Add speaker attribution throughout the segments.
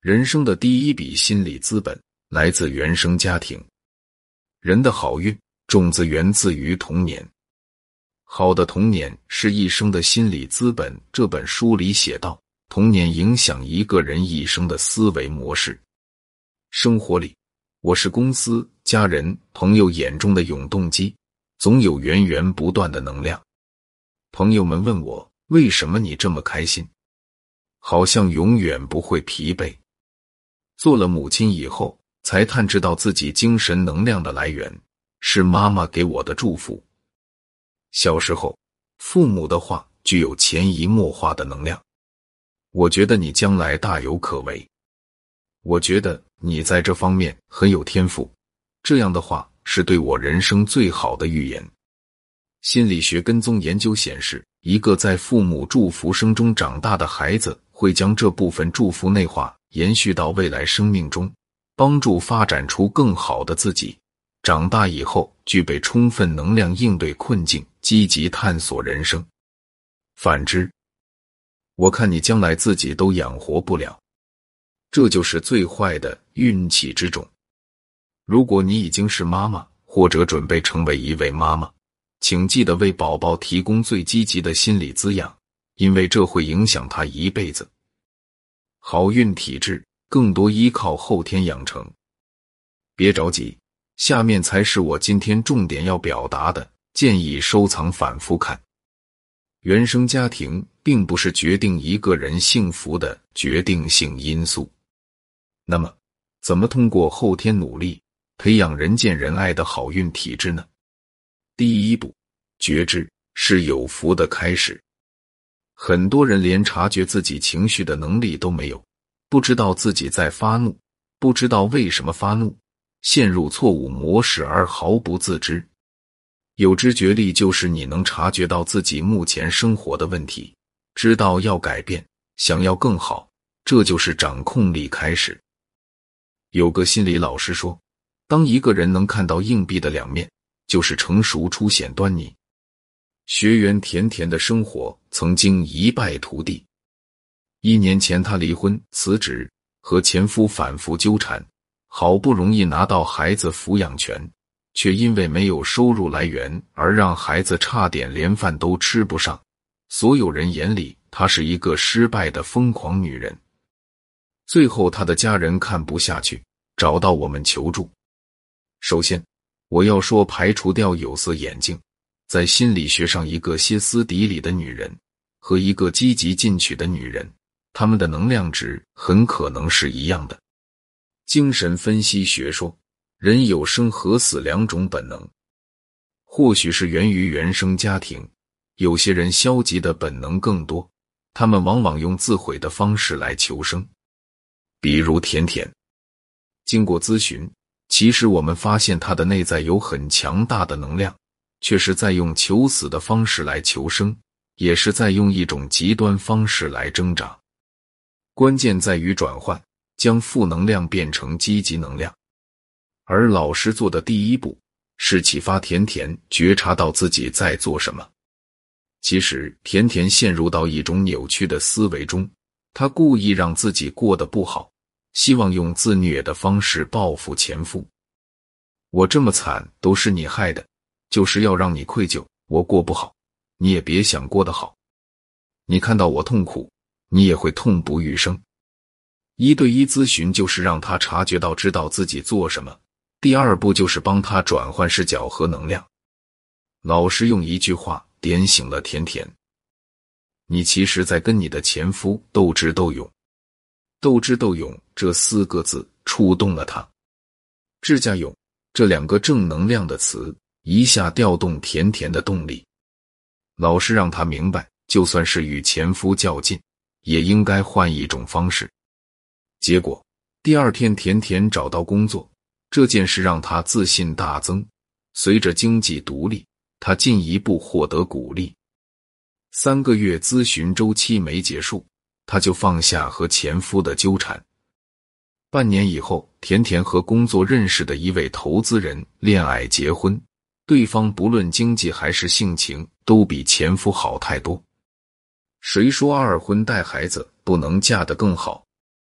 Speaker 1: 人生的第一笔心理资本来自原生家庭。人的好运种子源自于童年。好的童年是一生的心理资本。这本书里写道，童年影响一个人一生的思维模式。生活里，我是公司、家人、朋友眼中的永动机，总有源源不断的能量。朋友们问我，为什么你这么开心？好像永远不会疲惫。做了母亲以后，才探知到自己精神能量的来源，是妈妈给我的祝福。小时候，父母的话具有潜移默化的能量。我觉得你将来大有可为。我觉得你在这方面很有天赋。这样的话是对我人生最好的预言。心理学跟踪研究显示，一个在父母祝福声中长大的孩子会将这部分祝福内化，延续到未来生命中，帮助发展出更好的自己。长大以后具备充分能量应对困境，积极探索人生。反之，我看你将来自己都养活不了，这就是最坏的运气之种。如果你已经是妈妈，或者准备成为一位妈妈，请记得为宝宝提供最积极的心理滋养，因为这会影响他一辈子。好运体质更多依靠后天养成。别着急，下面才是我今天重点要表达的，建议收藏反复看。原生家庭并不是决定一个人幸福的决定性因素。那么，怎么通过后天努力培养人见人爱的好运体质呢？第一步，觉知是有福的开始。很多人连察觉自己情绪的能力都没有，不知道自己在发怒，不知道为什么发怒，陷入错误模式而毫不自知。有知觉力就是你能察觉到自己目前生活的问题，知道要改变，想要更好，这就是掌控力开始。有个心理老师说，当一个人能看到硬币的两面，就是成熟初显端倪。学员甜甜的生活曾经一败涂地。1年前她离婚辞职，和前夫反复纠缠，好不容易拿到孩子抚养权，却因为没有收入来源而让孩子差点连饭都吃不上。所有人眼里她是一个失败的疯狂女人。最后她的家人看不下去，找到我们求助。首先，我要说排除掉有色眼镜。在心理学上，一个歇斯底里的女人和一个积极进取的女人，她们的能量值很可能是一样的。精神分析学说，人有生和死两种本能，或许是源于原生家庭。有些人消极的本能更多，他们往往用自毁的方式来求生。比如甜甜。经过咨询，其实我们发现她的内在有很强大的能量，却是在用求死的方式来求生，也是在用一种极端方式来挣扎。关键在于转换，将负能量变成积极能量。而老师做的第一步，是启发甜甜觉察到自己在做什么。其实甜甜陷入到一种扭曲的思维中，她故意让自己过得不好，希望用自虐的方式报复前夫。我这么惨都是你害的，就是要让你愧疚，我过不好，你也别想过得好。你看到我痛苦，你也会痛不欲生。1对1咨询就是让他察觉到知道自己做什么。第二步就是帮他转换视角和能量。老师用一句话点醒了甜甜，你其实在跟你的前夫斗智斗勇。斗智斗勇这4个字触动了他。智加勇这2个正能量的词一下调动甜甜的动力。老师让他明白，就算是与前夫较劲，也应该换一种方式。结果第2天甜甜找到工作，这件事让他自信大增。随着经济独立，他进一步获得鼓励。3个月咨询周期没结束，他就放下和前夫的纠缠。半年以后，甜甜和工作认识的一位投资人恋爱结婚，对方不论经济还是性情都比前夫好太多。谁说2婚带孩子不能嫁得更好？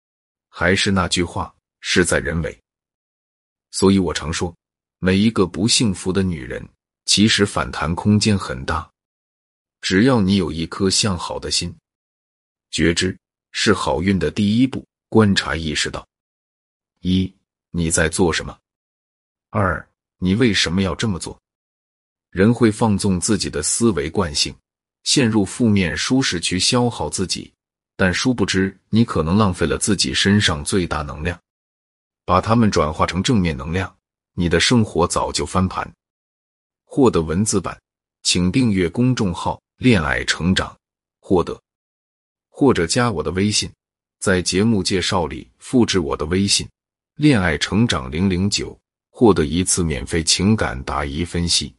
Speaker 1: 还是那句话，事在人为。所以我常说，每一个不幸福的女人，其实反弹空间很大。只要你有一颗向好的心，觉知是好运的第一步。观察意识到：一，你在做什么？二，你为什么要这么做？人会放纵自己的思维惯性，陷入负面舒适区消耗自己，但殊不知你可能浪费了自己身上最大能量。把它们转化成正面能量，你的生活早就翻盘。获得文字版，请订阅公众号恋爱成长，获得，或者加我的微信，在节目介绍里复制我的微信恋爱成长009，获得一次免费情感答疑分析。